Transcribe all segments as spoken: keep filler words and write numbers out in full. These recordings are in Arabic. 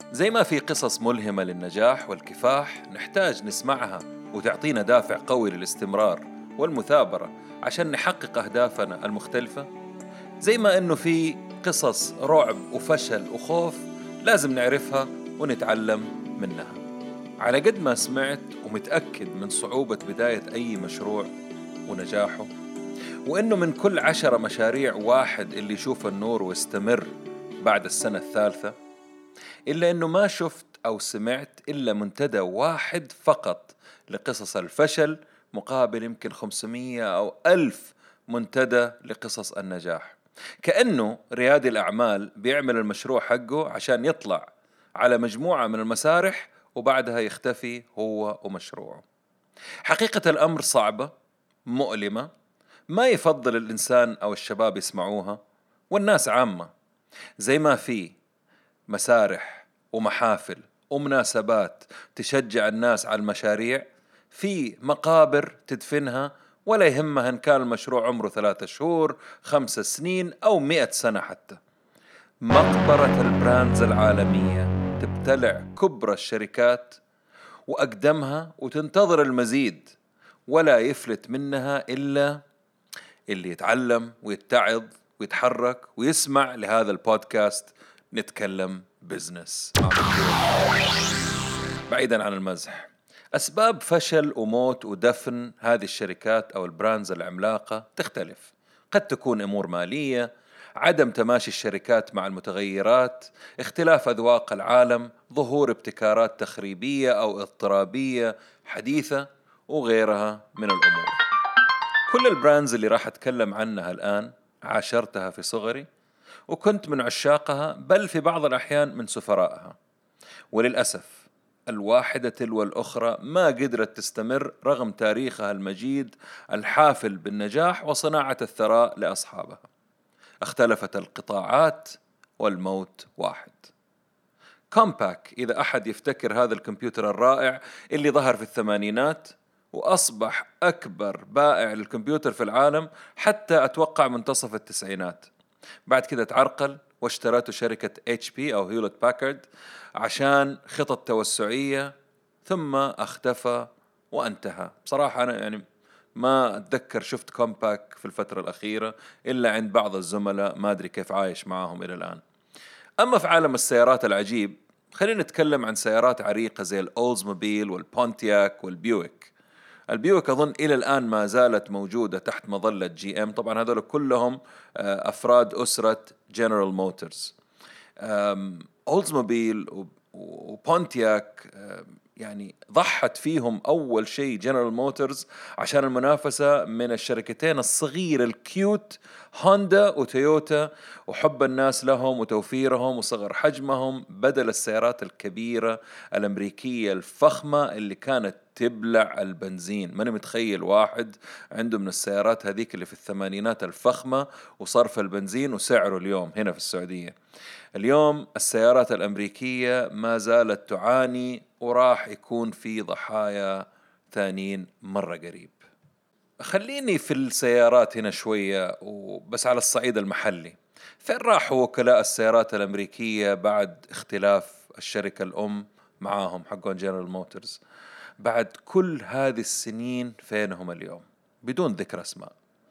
زي ما في قصص ملهمة للنجاح والكفاح نحتاج نسمعها وتعطينا دافع قوي للاستمرار والمثابرة عشان نحقق أهدافنا المختلفة. زي ما إنه في قصص رعب وفشل وخوف لازم نعرفها ونتعلم منها. على قد ما سمعت ومتأكد من صعوبة بداية أي مشروع ونجاحه، وإنه من كل عشرة مشاريع واحد اللي يشوف النور ويستمر بعد السنة الثالثة، إلا إنه ما شفت أو سمعت إلا منتدى واحد فقط لقصص الفشل مقابل يمكن خمسمية أو ألف منتدى لقصص النجاح. كأنه ريادي الأعمال بيعمل المشروع حقه عشان يطلع على مجموعة من المسارح وبعدها يختفي هو ومشروعه. حقيقة الأمر صعبة مؤلمة، ما يفضل الإنسان أو الشباب يسمعوها والناس عامة. زي ما في مسارح ومحافل ومناسبات تشجع الناس على المشاريع، في مقابر تدفنها ولا يهمها إن كان المشروع عمره ثلاثة شهور خمس سنين أو مئة سنة. حتى مقبرة البراندز العالمية تبتلع كبرى الشركات وأقدمها وتنتظر المزيد، ولا يفلت منها إلا اللي يتعلم ويتعظ ويتحرك ويسمع لهذا البودكاست نتكلم بزنس. بعيدا عن المزح، أسباب فشل وموت ودفن هذه الشركات أو البراندز العملاقة تختلف. قد تكون أمور مالية، عدم تماشي الشركات مع المتغيرات، اختلاف أذواق العالم، ظهور ابتكارات تخريبية أو اضطرابية حديثة وغيرها من الأمور. كل البراندز اللي راح أتكلم عنها الآن عاشرتها في صغري وكنت من عشاقها، بل في بعض الأحيان من سفرائها، وللأسف الواحدة تلو الأخرى ما قدرت تستمر رغم تاريخها المجيد الحافل بالنجاح وصناعة الثراء لأصحابها. اختلفت القطاعات والموت واحد. كومباك، إذا أحد يفتكر هذا الكمبيوتر الرائع اللي ظهر في الثمانينات وأصبح أكبر بائع للكمبيوتر في العالم حتى أتوقع منتصف التسعينات. بعد كده تعرقل واشترته شركة إتش بي أو هيولت باكارد عشان خطط توسعية، ثم اختفى وانتهى. بصراحة أنا يعني ما أتذكر شفت كومباك في الفترة الأخيرة إلا عند بعض الزملاء، ما أدري كيف عايش معهم إلى الآن. أما في عالم السيارات العجيب، خلينا نتكلم عن سيارات عريقة زي الأولزموبيل والبونتياك والبيويك. البيويك أظن إلى الآن ما زالت موجودة تحت مظلة جي إم، طبعا هذول كلهم أفراد أسرة جنرال موتورز. أولزموبيل وبونتياك يعني ضحت فيهم أول شيء جنرال موتورز عشان المنافسة من الشركتين الصغيرة الكيوت هوندا وتويوتا، وحب الناس لهم وتوفيرهم وصغر حجمهم بدل السيارات الكبيرة الأمريكية الفخمة اللي كانت تبلع البنزين. ماني متخيل واحد عنده من السيارات هذيك اللي في الثمانينات الفخمة وصرف البنزين وسعره اليوم هنا في السعودية. اليوم السيارات الأمريكية ما زالت تعاني وراح يكون في ضحايا ثانيين مرة قريب. خليني في السيارات هنا شوية وبس على الصعيد المحلي. فين راحوا وكلاء السيارات الأمريكية بعد اختلاف الشركة الأم معاهم حقون جنرال موتورز؟ بعد كل هذه السنين فينهم اليوم بدون ذكر اسماء؟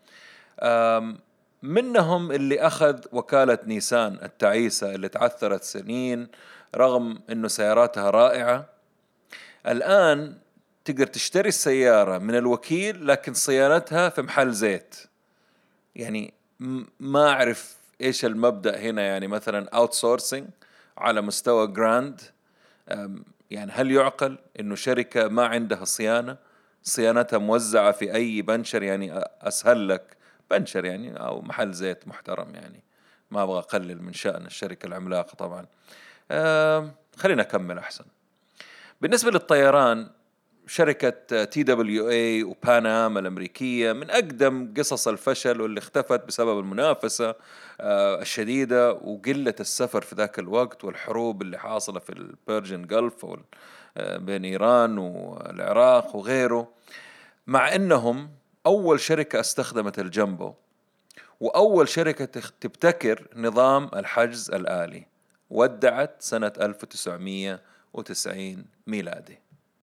منهم اللي أخذ وكالة نيسان التعيسة اللي تعثرت سنين رغم أنه سياراتها رائعة. الآن تقدر تشتري السيارة من الوكيل لكن صيانتها في محل زيت. يعني ما أعرف إيش المبدأ هنا، يعني مثلا outsourcing على مستوى جراند. يعني هل يعقل إنه شركة ما عندها صيانة، صيانتها موزعة في أي بنشر؟ يعني أسهل لك بنشر يعني أو محل زيت محترم، يعني ما أبغى أقلل من شأن الشركة العملاقة طبعا. آه خلينا أكمل أحسن. بالنسبة للطيران، شركة تي دبليو اي وبانام الأمريكية من أقدم قصص الفشل واللي اختفت بسبب المنافسة الشديدة وقلة السفر في ذاك الوقت والحروب اللي حاصلة في البيرجن جلف بين إيران والعراق وغيره. مع أنهم أول شركة استخدمت الجامبو وأول شركة تبتكر نظام الحجز الآلي. ودعت سنة ألف وتسعمية وتسعين ميلادي.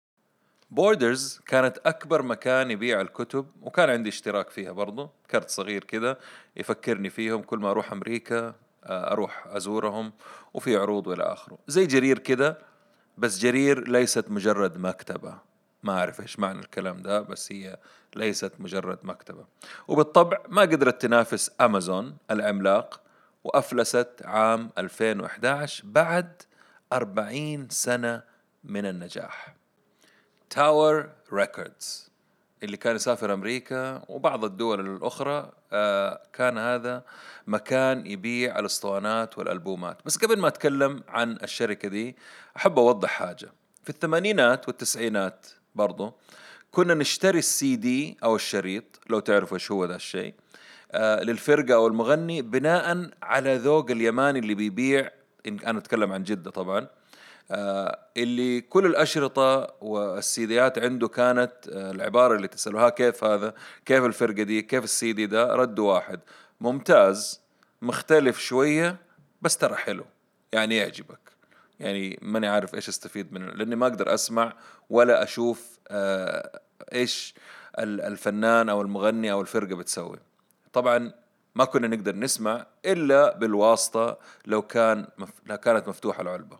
بوردرز كانت أكبر مكان يبيع الكتب، وكان عندي اشتراك فيها برضو، كارت صغير كده يفكرني فيهم كل ما أروح أمريكا أروح أزورهم، وفي عروض وإلى آخره. زي جرير كده، بس جرير ليست مجرد مكتبة. ما أعرف إيش معنى الكلام ده، بس هي ليست مجرد مكتبة. وبالطبع ما قدرت تنافس أمازون العملاق، وأفلست عام ألفين وإحدى عشر بعد أربعين سنة من النجاح. تاور ريكوردز اللي كان يسافر أمريكا وبعض الدول الأخرى، آه كان هذا مكان يبيع الأسطوانات والألبومات. بس قبل ما أتكلم عن الشركة دي أحب أوضح حاجة. في الثمانينات والتسعينات برضو كنا نشتري السي دي أو الشريط، لو تعرفوا إيش هو ذا الشيء، آه للفرقة أو المغني بناء على ذوق اليماني اللي بيبيع. إن أنا أتكلم عن جدة طبعا، آه اللي كل الأشرطة والسيديات عنده كانت آه العبارة اللي تسألوها كيف هذا، كيف الفرقة دي، كيف السيدي ده، رد واحد: ممتاز، مختلف شوية، بس ترى حلو، يعني يعجبك. يعني ماني عارف إيش استفيد منه، لأني ما أقدر أسمع ولا أشوف آه إيش الفنان أو المغني أو الفرقة بتسوي. طبعا ما كنا نقدر نسمع إلا بالواسطة، لو كان مف... لو كانت مفتوحة العلبة.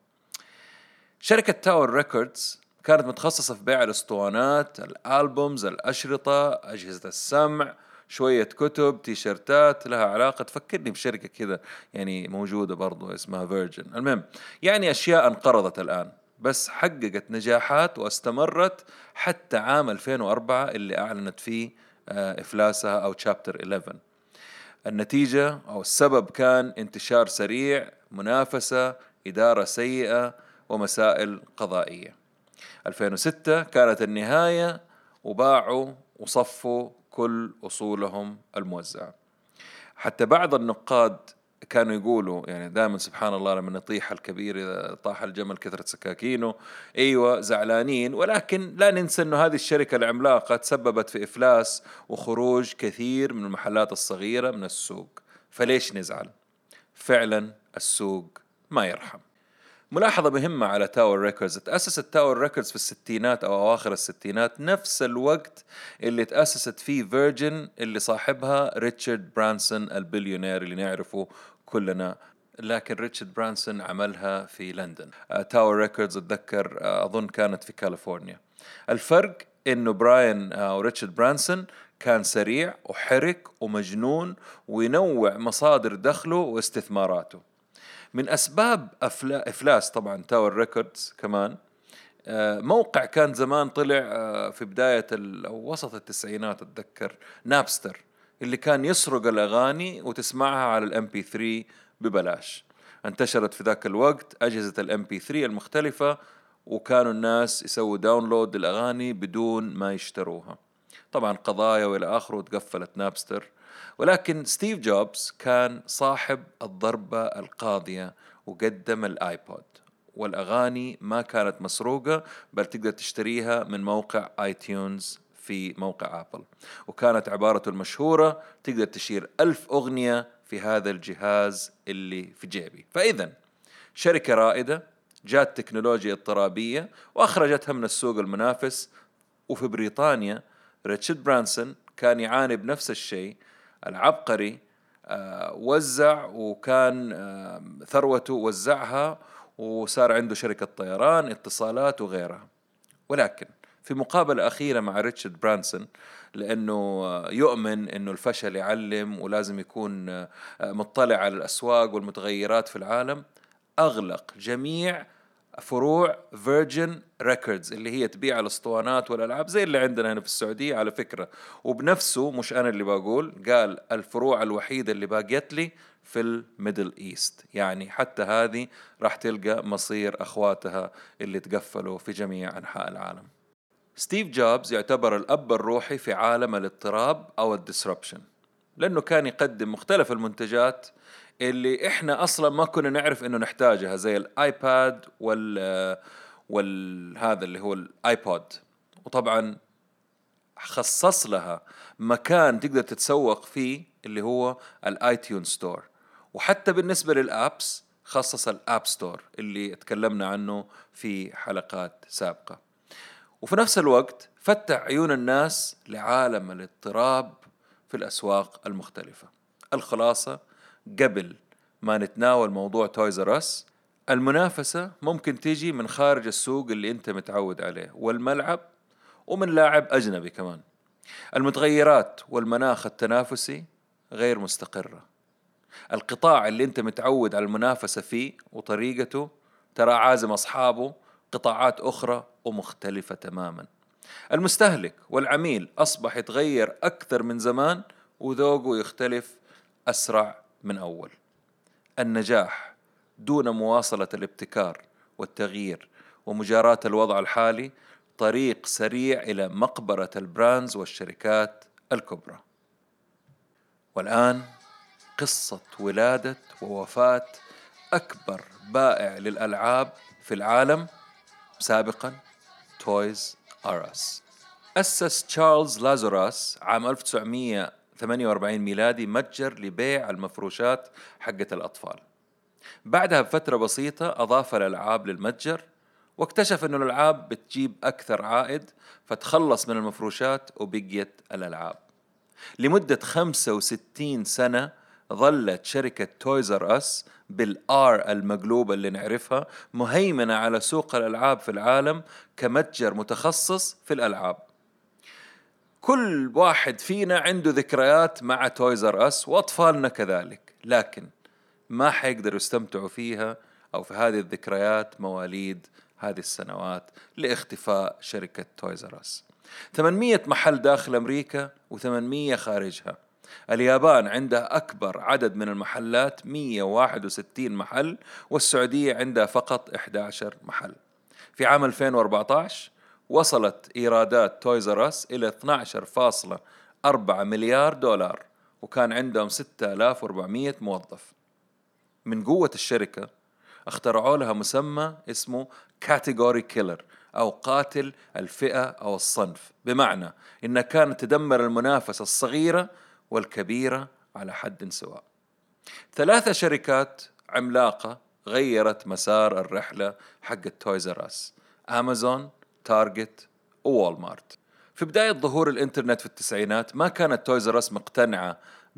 شركة تاور ريكوردز كانت متخصصة في بيع الاسطوانات، الألبومز، الأشرطة، أجهزة السمع، شوية كتب، تيشرتات لها علاقة. تفكرني بشركة كذا يعني موجودة برضو اسمها فيرجن. المهم يعني أشياء انقرضت الآن، بس حققت نجاحات واستمرت حتى عام ألفين وأربعة اللي أعلنت فيه إفلاسها أو تشابتر إحدى عشر. النتيجة أو السبب كان انتشار سريع، منافسة، إدارة سيئة، ومسائل قضائية. ألفين وستة كانت النهاية، وباعوا وصفوا كل أصولهم الموزعة. حتى بعض النقاد كانوا يقولوا يعني دائما سبحان الله، لما نطيح الكبير إذا طاح الجمل كثرة سكاكينه. أيوة زعلانين، ولكن لا ننسى أنه هذه الشركة العملاقة تسببت في إفلاس وخروج كثير من المحلات الصغيرة من السوق. فليش نزعل؟ فعلا السوق ما يرحم. ملاحظة مهمة على تاور ريكوردز: تأسست تاور ريكوردز في الستينات أو أواخر الستينات، نفس الوقت اللي تأسست فيه فيرجن اللي صاحبها ريتشارد برانسون البليونير اللي نعرفه كلنا. لكن ريتشارد برانسون عملها في لندن. تاور ريكوردز أتذكر أظن كانت في كاليفورنيا. الفرق إنه براين أو ريتشارد برانسون كان سريع وحرك ومجنون، وينوع مصادر دخله واستثماراته. من أسباب أفلا إفلاس طبعا تاور ريكوردز كمان موقع كان زمان طلع في بداية أو وسط التسعينات أتذكر، نابستر، اللي كان يسرق الأغاني وتسمعها على الام بي ثري ببلاش. انتشرت في ذاك الوقت أجهزة الام بي ثري المختلفة، وكانوا الناس يسووا داونلود للأغاني بدون ما يشتروها. طبعا قضايا وإلى آخره، وتقفلت نابستر. ولكن ستيف جوبز كان صاحب الضربة القاضية، وقدم الآيبود، والأغاني ما كانت مسروقة، بل تقدر تشتريها من موقع آي تيونز في موقع آبل. وكانت عبارته المشهورة: تقدر تشير ألف أغنية في هذا الجهاز اللي في جيبي. فإذا شركة رائدة جات تكنولوجيا اضطرابية وأخرجتها من السوق المنافس. وفي بريطانيا ريتشارد برانسون كان يعاني بنفس الشيء. العبقري آه وزع، وكان آه ثروته وزعها، وصار عنده شركة طيران، اتصالات وغيرها. ولكن في مقابلة أخيرة مع ريتشارد برانسون، لأنه يؤمن أنه الفشل يعلم ولازم يكون مطلع على الأسواق والمتغيرات في العالم، أغلق جميع فروع فيرجن ريكوردز اللي هي تبيع الاسطوانات والألعاب زي اللي عندنا هنا في السعودية على فكرة. وبنفسه، مش أنا اللي بقول، قال الفروع الوحيدة اللي باقيت لي في الميدل إيست، يعني حتى هذه راح تلقى مصير أخواتها اللي تقفلوا في جميع أنحاء العالم. ستيف جوبز يعتبر الأب الروحي في عالم الاضطراب أو الديسربشن، لأنه كان يقدم مختلف المنتجات اللي إحنا أصلا ما كنا نعرف إنه نحتاجها، زي الآيباد وال وال هذا اللي هو الآيبود. وطبعا خصص لها مكان تقدر تتسوق فيه اللي هو الآيتيون ستور. وحتى بالنسبة للآبس خصص الاب ستور اللي تكلمنا عنه في حلقات سابقة. وفي نفس الوقت فتح عيون الناس لعالم الاضطراب في الأسواق المختلفة. الخلاصة، قبل ما نتناول موضوع تويز آر أس، المنافسة ممكن تيجي من خارج السوق اللي انت متعود عليه والملعب، ومن لاعب أجنبي كمان. المتغيرات والمناخ التنافسي غير مستقرة. القطاع اللي انت متعود على المنافسة فيه وطريقته ترى عازم أصحابه قطاعات أخرى ومختلفة تماما. المستهلك والعميل أصبح يتغير أكثر من زمان، وذوقه يختلف أسرع من أول. النجاح دون مواصلة الابتكار والتغيير ومجاراة الوضع الحالي طريق سريع إلى مقبرة البراندز والشركات الكبرى. والآن قصة ولادة ووفاة أكبر بائع للألعاب في العالم سابقا، تويز آر أس. أسس تشارلز لازاروس عام ألف وتسعمية وثمانية وأربعين ميلادي متجر لبيع المفروشات حقة الأطفال. بعدها بفترة بسيطة أضاف الألعاب للمتجر، واكتشف أن الألعاب بتجيب أكثر عائد، فتخلص من المفروشات وبقيت الألعاب. لمدة خمسة وستين سنة ظلت شركة تويز آر أس بالآر المقلوبة اللي نعرفها مهيمنة على سوق الألعاب في العالم كمتجر متخصص في الألعاب. كل واحد فينا عنده ذكريات مع تويز آر أس، وأطفالنا كذلك، لكن ما حيقدروا يستمتعوا فيها أو في هذه الذكريات مواليد هذه السنوات لاختفاء شركة تويز آر أس. ثمانمية محل داخل أمريكا وثمانمية خارجها. اليابان عندها أكبر عدد من المحلات مية وواحد وستين محل، والسعودية عندها فقط إحدى عشر محل. في عام ألفين وأربعة عشر وصلت إيرادات تويز آر أس إلى اثنا عشر فاصلة أربعة مليار دولار، وكان عندهم ستة آلاف وأربعمية موظف. من قوة الشركة اخترعوا لها مسمى اسمه كاتيجوري كيلر، أو قاتل الفئة أو الصنف، بمعنى إنها كانت تدمر المنافسة الصغيرة والكبيرة على حد سواء. ثلاثة شركات عملاقة غيرت مسار الرحلة حق تويز آر أس: أمازون، تارجت، ووالمارت. في بداية ظهور الإنترنت في التسعينات ما كانت تويز آر أس مقتنعة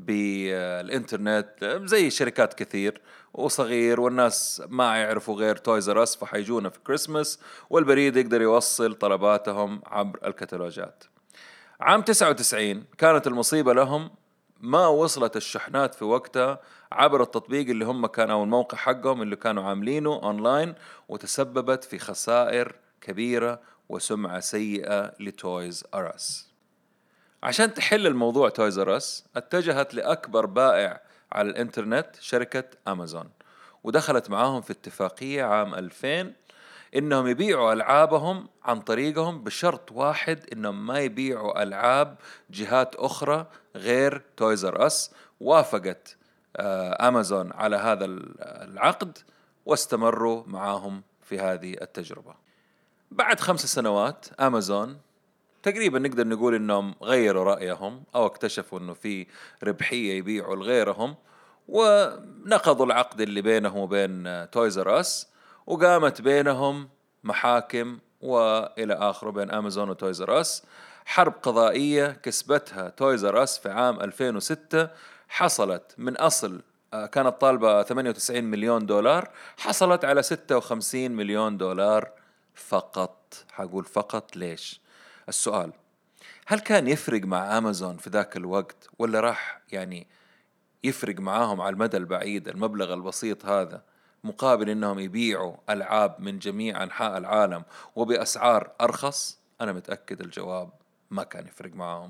بالإنترنت زي شركات كثير وصغير، والناس ما يعرفوا غير تويز آر أس، فحيجونا في كريسمس والبريد يقدر يوصل طلباتهم عبر الكتالوجات. عام تسعة وتسعين كانت المصيبة لهم، ما وصلت الشحنات في وقتها عبر التطبيق اللي هم كانوا، أو الموقع حقهم اللي كانوا عاملينه أونلاين، وتسببت في خسائر كبيرة وسمعة سيئة لتويز آر أس. عشان تحل الموضوع تويز آر أس اتجهت لأكبر بائع على الإنترنت، شركة أمازون، ودخلت معاهم في اتفاقية عام ألفين إنهم يبيعوا ألعابهم عن طريقهم، بشرط واحد: إنهم ما يبيعوا ألعاب جهات أخرى غير تويز آر أس. وافقت أمازون على هذا العقد، واستمروا معاهم في هذه التجربة. بعد خمس سنوات أمازون تقريبا نقدر نقول إنهم غيروا رأيهم، أو اكتشفوا إنه في ربحية يبيعوا لغيرهم، ونقضوا العقد اللي بينهم وبين تويز آر أس، وقامت بينهم محاكم وإلى آخره بين أمازون وتويز آر أس. حرب قضائية كسبتها تويز آر أس في عام ألفين وستة، حصلت من أصل كانت طالبة ثمانية وتسعين مليون دولار، حصلت على ستة وخمسين مليون دولار فقط. حقول فقط ليش؟ السؤال: هل كان يفرق مع أمازون في ذاك الوقت، ولا راح يعني يفرق معاهم على المدى البعيد المبلغ البسيط هذا مقابل إنهم يبيعوا ألعاب من جميع أنحاء العالم وبأسعار أرخص؟ أنا متأكد الجواب ما كان يفرق معاهم.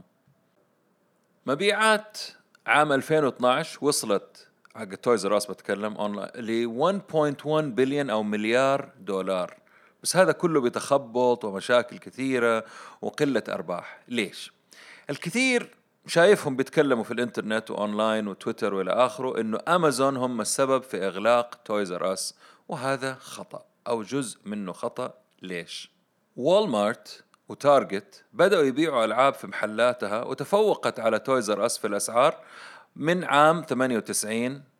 مبيعات عام ألفين واثني عشر وصلت حق تويز آر أس بتكلم أونلاين ل واحد فاصلة واحد بليون أو مليار دولار، بس هذا كله بتخبط ومشاكل كثيرة وقلة أرباح. ليش؟ الكثير شايفهم بيتكلموا في الإنترنت وأونلاين وتويتر وإلى آخره إنه أمازون هم السبب في إغلاق تويز آر أس، وهذا خطأ أو جزء منه خطأ. ليش؟ والمارت وتارجت بدأوا يبيعوا ألعاب في محلاتها، وتفوقت على تويز آر أس في الأسعار من عام ثمانية وتسعين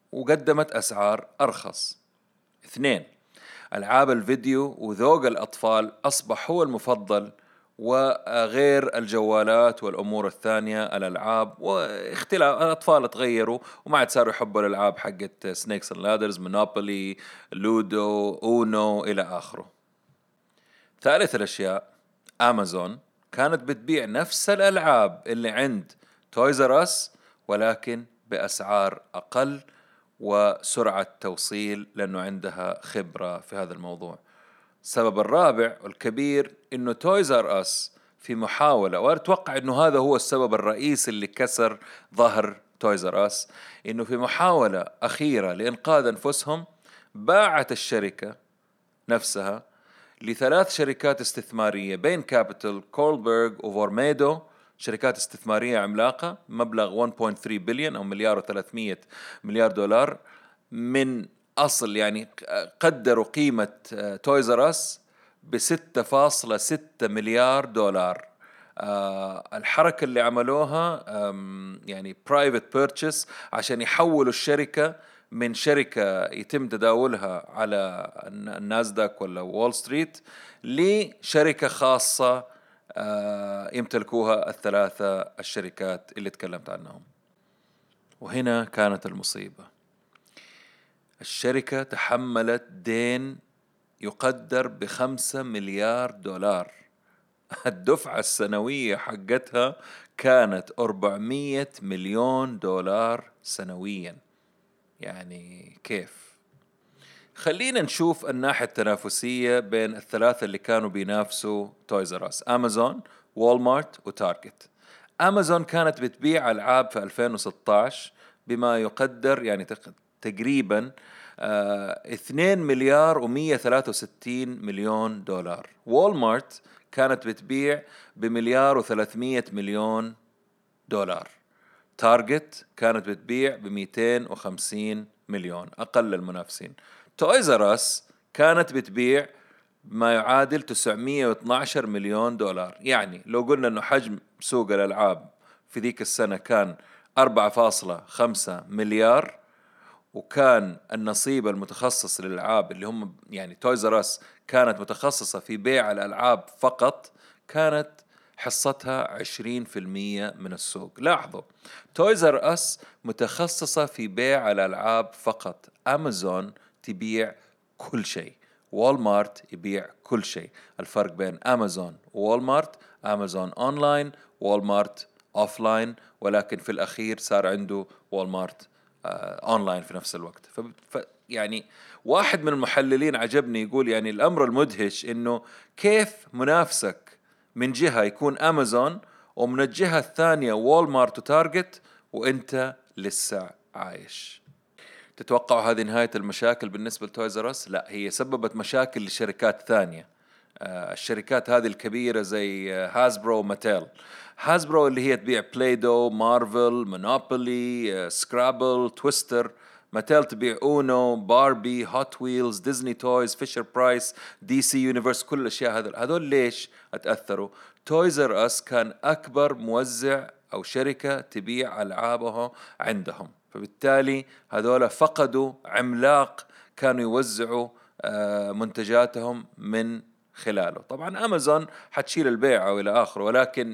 وقدمت أسعار أرخص. اثنين، ألعاب الفيديو وذوق الأطفال أصبح هو المفضل، وغير الجوالات والأمور الثانية الألعاب، واختلاف الأطفال تغيروا وما عاد صاروا يحبوا الألعاب حقت سنيكس اند لادرز، مونوبولي، لودو، أونو إلى آخره. ثالث الأشياء، أمازون كانت بتبيع نفس الألعاب اللي عند تويز آر أس ولكن بأسعار أقل وسرعة توصيل، لأنه عندها خبرة في هذا الموضوع. السبب الرابع والكبير إنه تويز آر أس في محاولة، وأتوقع إنه هذا هو السبب الرئيسي اللي كسر ظهر تويز آر أس، إنه في محاولة أخيرة لإنقاذ أنفسهم باعت الشركة نفسها لثلاث شركات استثمارية بين كابيتال، كولبرغ وفورميدو، شركات استثمارية عملاقة مبلغ واحد فاصلة ثلاثة بليون أو مليار وثلاثمية مليار دولار، من أصل يعني قدروا قيمة تويز آر أس بستة فاصلة ستة مليار دولار. آه الحركة اللي عملوها يعني private purchase عشان يحولوا الشركة من شركة يتم تداولها على الناسداك ولا وول ستريت لشركة خاصة آه يمتلكوها الثلاثة الشركات اللي تكلمت عنهم. وهنا كانت المصيبة، الشركة تحملت دين يقدر بخمسة مليار دولار. الدفعة السنوية حقتها كانت أربعمية مليون دولار سنويا. يعني كيف؟ خلينا نشوف الناحية التنافسية بين الثلاثة اللي كانوا بينافسوا تويز آر أس، أمازون، والمارت وتارجت. أمازون كانت بتبيع ألعاب في ألفين وستة عشر بما يقدر يعني تقريبا آه اثنين مليار ومية ثلاثة وستين مليون دولار. والمارت كانت بتبيع بمليار وثلاثمية مليون دولار. تارجت كانت بتبيع بمئتين وخمسين مليون، أقل المنافسين. تويز آر أس كانت بتبيع ما يعادل تسعمية واثناشر مليون دولار. يعني لو قلنا أنه حجم سوق الألعاب في ذيك السنة كان أربعة فاصلة خمسة مليار، وكان النصيب المتخصص للألعاب اللي هم يعني تويز آر أس كانت متخصصة في بيع الألعاب فقط، كانت حصتها عشرين في المية من السوق. لاحظوا، تويز آر أس متخصصة في بيع الألعاب فقط، أمازون تبيع كل شيء، والمارت يبيع كل شيء. الفرق بين أمازون ووالمارت، أمازون أونلاين، والمارت أوفلاين، ولكن في الأخير صار عنده والمارت أونلاين في نفس الوقت. ف... ف... يعني واحد من المحللين عجبني يقول يعني الأمر المدهش إنه كيف منافسك من جهة يكون أمازون ومن الجهة الثانية والمارت وتارجت وإنت لسه عايش. تتوقعوا هذه نهاية المشاكل بالنسبة لتويز آر أس؟ لا، هي سببت مشاكل لشركات ثانية. آه الشركات هذه الكبيرة زي هازبرو وماتيل. هازبرو اللي هي تبيع بلايدو، مارفل، مونوبولي، سكرابل، تويستر. ماتيل تبيع اونو، باربي، هوت ويلز، ديزني تويز، فيشر برايس، دي سي يونيفرس. كل الاشياء هذول هذول ليش اتاثروا؟ تويز آر أس كان اكبر موزع او شركة تبيع العابها عندهم، فبالتالي هذول فقدوا عملاق كانوا يوزعوا منتجاتهم من خلاله. طبعا أمازون حتشيل البيع وإلى آخره، ولكن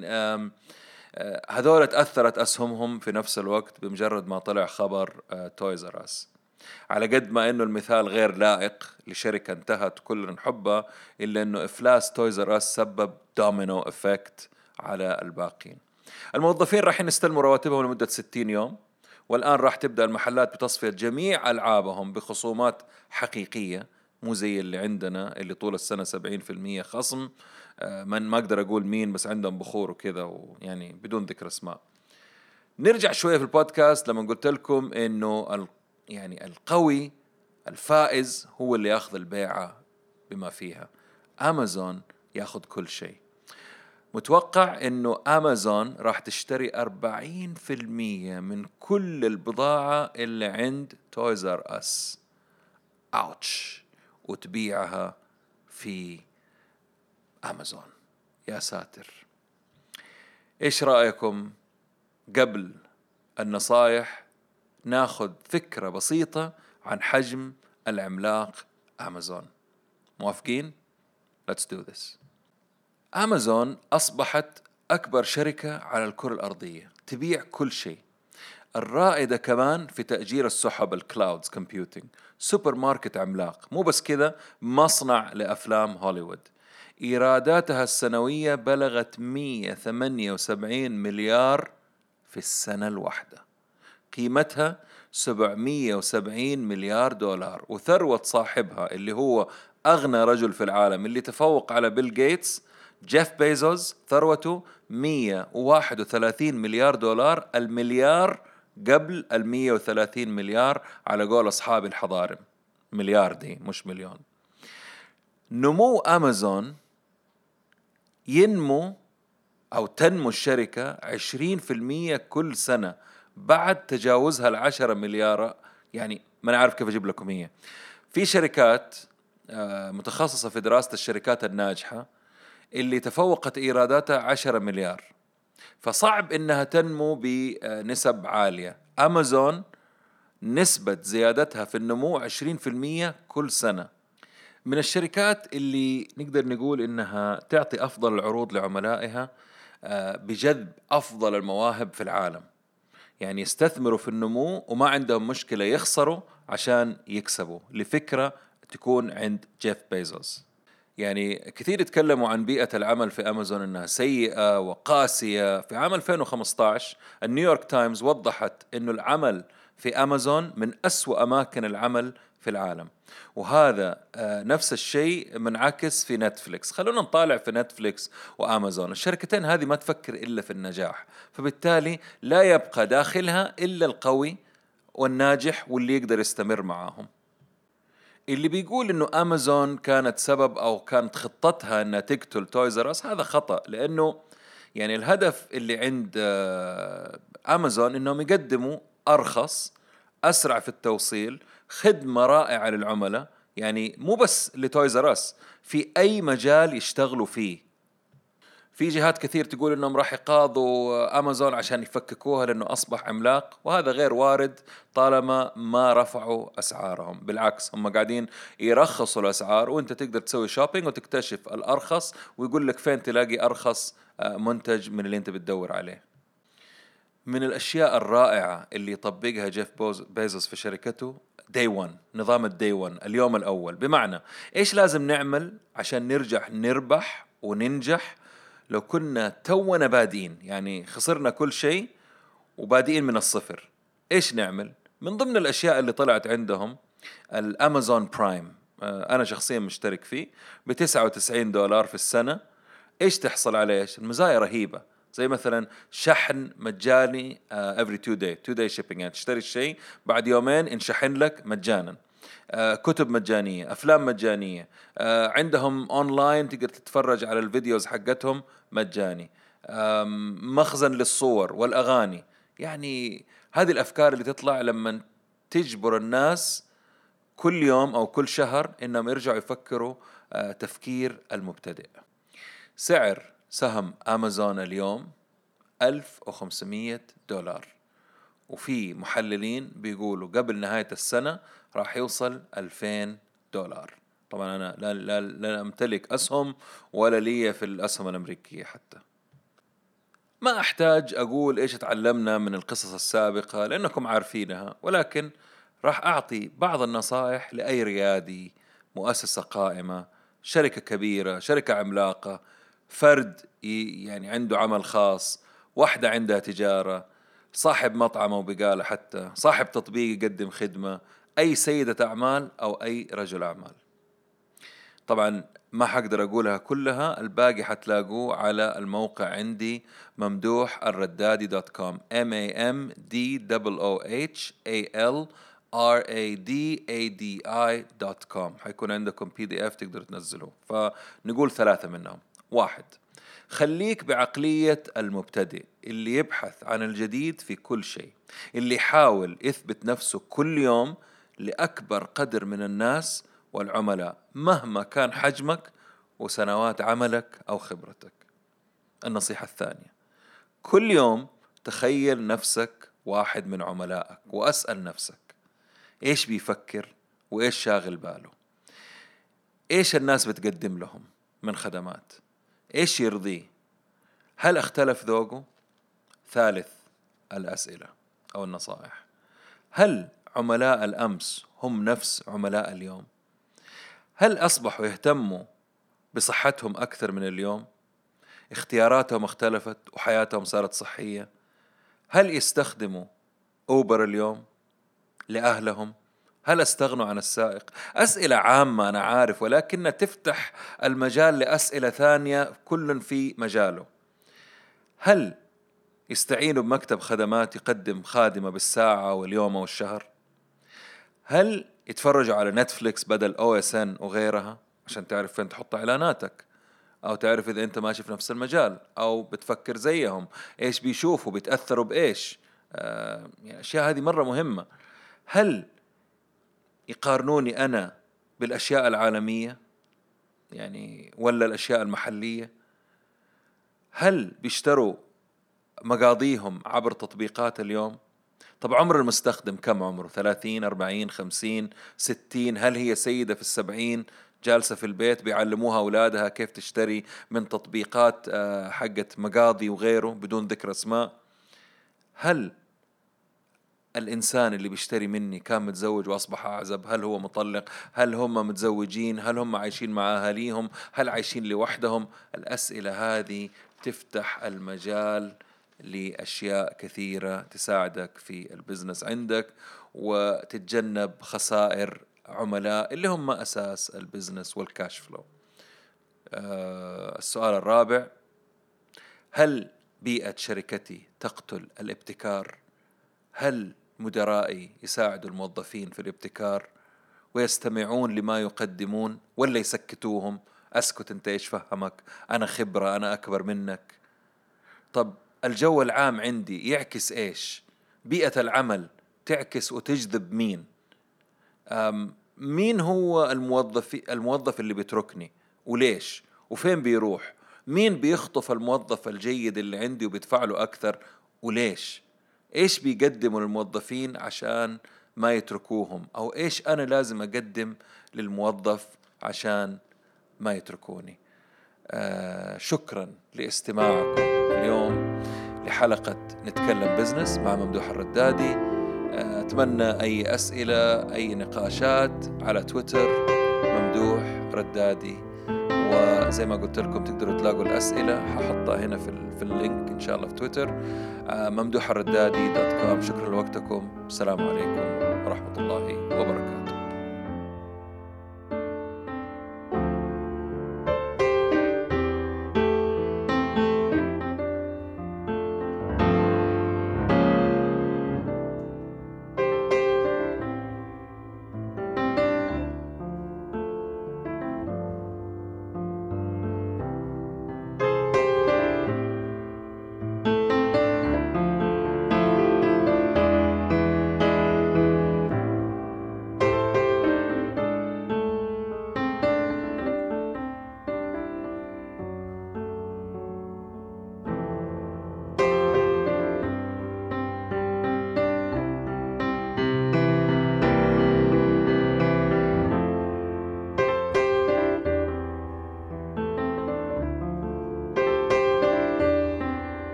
هذول تأثرت أسهمهم في نفس الوقت بمجرد ما طلع خبر تويز آر أس. على قد ما إنه المثال غير لائق لشركة انتهت كلنا نحبها، إلا إنه إفلاس تويز آر أس سبب دومينو إفكت على الباقين. الموظفين راح يستلموا رواتبهم لمدة ستين يوم، والآن راح تبدأ المحلات بتصفية جميع ألعابهم بخصومات حقيقية، مو زي اللي عندنا اللي طول السنة سبعين في المية خصم. من ما أقدر أقول مين، بس عندهم بخور وكذا، ويعني بدون ذكر اسماء. نرجع شوية في البودكاست لما قلت لكم إنه يعني القوي الفائز هو اللي يأخذ البيعة بما فيها. أمازون يأخذ كل شيء. متوقع إنه أمازون راح تشتري أربعين في المية من كل البضاعة اللي عند تويز آر أس، أوتش، وتبيعها في أمازون. يا ساتر. إيش رأيكم؟ قبل النصايح ناخذ فكرة بسيطة عن حجم العملاق أمازون. موافقين؟ Let's do this. أمازون أصبحت أكبر شركة على الكرة الأرضية، تبيع كل شيء، الرائدة كمان في تأجير السحب الكلاودز كومبيوتينج، سوبر ماركت عملاق، مو بس كذا، مصنع لأفلام هوليوود. إيراداتها السنوية بلغت مئة وثمانية وسبعين مليار في السنة الواحدة، قيمتها سبعمئة وسبعين مليار دولار، وثروة صاحبها اللي هو أغنى رجل في العالم اللي تفوق على بيل غيتس، جيف بيزوس، ثروته مئة وواحد وثلاثين مليار دولار، المليار قبل المئة وثلاثين مليار على قول أصحاب الحضارم. مليار دي مش مليون. نمو أمازون ينمو أو تنمو الشركة عشرين في المية كل سنة بعد تجاوزها العشرة مليار. يعني ما نعرف كيف أجيب لكم هي. في شركات متخصصة في دراسة الشركات الناجحة اللي تفوقت إيراداتها عشرة مليار، فصعب إنها تنمو بنسب عالية. أمازون نسبة زيادتها في النمو عشرين في المية كل سنة. من الشركات اللي نقدر نقول إنها تعطي أفضل العروض لعملائها بجذب أفضل المواهب في العالم، يعني يستثمروا في النمو وما عندهم مشكلة يخسروا عشان يكسبوا، لفكرة تكون عند جيف بيزوس. يعني كثير يتكلموا عن بيئة العمل في أمازون إنها سيئة وقاسية. في عام ألفين وخمسة عشر النيويورك تايمز وضحت إنه العمل في أمازون من أسوأ أماكن العمل في العالم، وهذا نفس الشيء منعكس في نتفليكس. خلونا نطالع في نتفليكس وأمازون، الشركتين هذه ما تفكر إلا في النجاح، فبالتالي لا يبقى داخلها إلا القوي والناجح واللي يقدر يستمر معاهم. اللي بيقول إنه أمازون كانت سبب أو كانت خطتها إنها تقتل تويز آر أس هذا خطأ، لأنه يعني الهدف اللي عند أمازون إنهم يقدموا أرخص، أسرع في التوصيل، خدمة رائعة للعملاء، يعني مو بس لتويز آر أس، في أي مجال يشتغلوا فيه. في جهات كثير تقول إنهم راح يقاضوا أمازون عشان يفككوها لأنه أصبح عملاق، وهذا غير وارد طالما ما رفعوا أسعارهم. بالعكس هم قاعدين يرخصوا الأسعار، وأنت تقدر تسوي شوبينج وتكتشف الأرخص، ويقول لك فين تلاقي أرخص منتج من اللي أنت بتدور عليه. من الأشياء الرائعة اللي يطبقها جيف بيزوس في شركته داي ون، نظام الداي ون، اليوم الأول. بمعنى إيش لازم نعمل عشان نرجع نربح وننجح لو كنا تونا بادين، يعني خسرنا كل شيء وبادئين من الصفر؟ إيش نعمل؟ من ضمن الأشياء اللي طلعت عندهم الأمازون برايم، أنا شخصيا مشترك فيه بتسعة وتسعين دولار في السنة. إيش تحصل عليه؟ المزايا رهيبة، زي مثلا شحن مجاني uh, every two day two day shipping، يعني تشتري الشيء بعد يومين انشحن لك مجانا، uh, كتب مجانية، أفلام مجانية، uh, عندهم أونلاين تقدر تتفرج على الفيديوز حقتهم مجاني، um, مخزن للصور والأغاني. يعني هذه الأفكار اللي تطلع لما تجبر الناس كل يوم أو كل شهر إنهم يرجعوا يفكروا uh, تفكير المبتدئ. سعر سهم أمازون اليوم ألف وخمسمئة دولار، وفي محللين بيقولوا قبل نهاية السنة راح يوصل ألفين دولار. طبعا أنا لا, لا, لا أمتلك أسهم ولا لي في الأسهم الأمريكية حتى. ما أحتاج أقول إيش تعلمنا من القصص السابقة لأنكم عارفينها، ولكن راح أعطي بعض النصائح لأي ريادي، مؤسسة قائمة، شركة كبيرة، شركة عملاقة، فرد يعني عنده عمل خاص، واحدة عندها تجارة، صاحب مطعم أو بقالة، حتى صاحب تطبيق يقدم خدمة، أي سيدة أعمال أو أي رجل أعمال. طبعا ما حقدر أقولها كلها، الباقي حتلاقوه على الموقع عندي ممدوح الردادي دوت كوم M A M D O O H A L R A D A D I دوت كوم. حيكون عندكم بي دي اف تقدر تنزلوه. فنقول ثلاثة منهم. واحد، خليك بعقلية المبتدئ اللي يبحث عن الجديد في كل شيء، اللي يحاول يثبت نفسه كل يوم لأكبر قدر من الناس والعملاء مهما كان حجمك وسنوات عملك أو خبرتك. النصيحة الثانية، كل يوم تخيل نفسك واحد من عملائك وأسأل نفسك إيش بيفكر وإيش شاغل باله، إيش الناس بتقدم لهم من خدمات، إيش يرضيه، هل اختلف ذوقه؟ ثالث الأسئلة أو النصائح: هل عملاء الأمس هم نفس عملاء اليوم؟ هل أصبحوا يهتموا بصحتهم أكثر من اليوم؟ اختياراتهم اختلفت وحياتهم صارت صحية؟ هل يستخدموا أوبر اليوم لأهلهم؟ هل استغنوا عن السائق؟ أسئلة عامة أنا عارف، ولكنها تفتح المجال لأسئلة ثانية كل في مجاله. هل يستعينوا بمكتب خدمات يقدم خادمة بالساعة واليوم والشهر؟ هل يتفرجوا على نتفليكس بدل أو إس إن وغيرها عشان تعرف فين تحط إعلاناتك، أو تعرف إذا أنت ماشي في نفس المجال أو بتفكر زيهم، إيش بيشوفوا، بيتأثروا بإيش؟ آه يعني أشياء هذه مرة مهمة. هل يقارنوني أنا بالأشياء العالمية يعني ولا الأشياء المحلية؟ هل بيشتروا مقاضيهم عبر تطبيقات اليوم؟ طب عمر المستخدم كم عمره؟ ثلاثين، أربعين، خمسين، ستين؟ هل هي سيدة في السبعين جالسة في البيت بيعلموها أولادها كيف تشتري من تطبيقات حقت مقاضي وغيره بدون ذكر اسماء؟ هل الإنسان اللي بيشتري مني كان متزوج وأصبح أعزب؟ هل هو مطلق؟ هل هم متزوجين؟ هل هم عايشين مع أهاليهم؟ هل عايشين لوحدهم؟ الأسئلة هذه تفتح المجال لأشياء كثيرة تساعدك في البزنس عندك وتتجنب خسائر عملاء اللي هم أساس البزنس والكاش فلو. آه السؤال الرابع: هل بيئة شركتي تقتل الابتكار؟ هل مدرائي يساعدوا الموظفين في الابتكار ويستمعون لما يقدمون ولا يسكتوهم؟ أسكت، أنت إيش فهمك، أنا خبرة، أنا أكبر منك. طب الجو العام عندي يعكس إيش؟ بيئة العمل تعكس وتجذب مين؟ مين هو الموظف الموظف اللي بيتركني وليش وفين بيروح؟ مين بيخطف الموظف الجيد اللي عندي وبيدفع له أكثر وليش؟ إيش بيقدموا للموظفين عشان ما يتركوهم؟ أو إيش أنا لازم أقدم للموظف عشان ما يتركوني؟ آه شكرا لاستماعكم اليوم لحلقة نتكلم بزنس مع ممدوح الردادي. آه أتمنى أي أسئلة أي نقاشات على تويتر ممدوح ردادي، وزي ما قلت لكم تقدروا تلاقوا الأسئلة هحطها هنا في, في اللينك إن شاء الله في تويتر آه ممدوح الردادي دوت كوم. شكرا لوقتكم، السلام عليكم ورحمة الله وبركاته.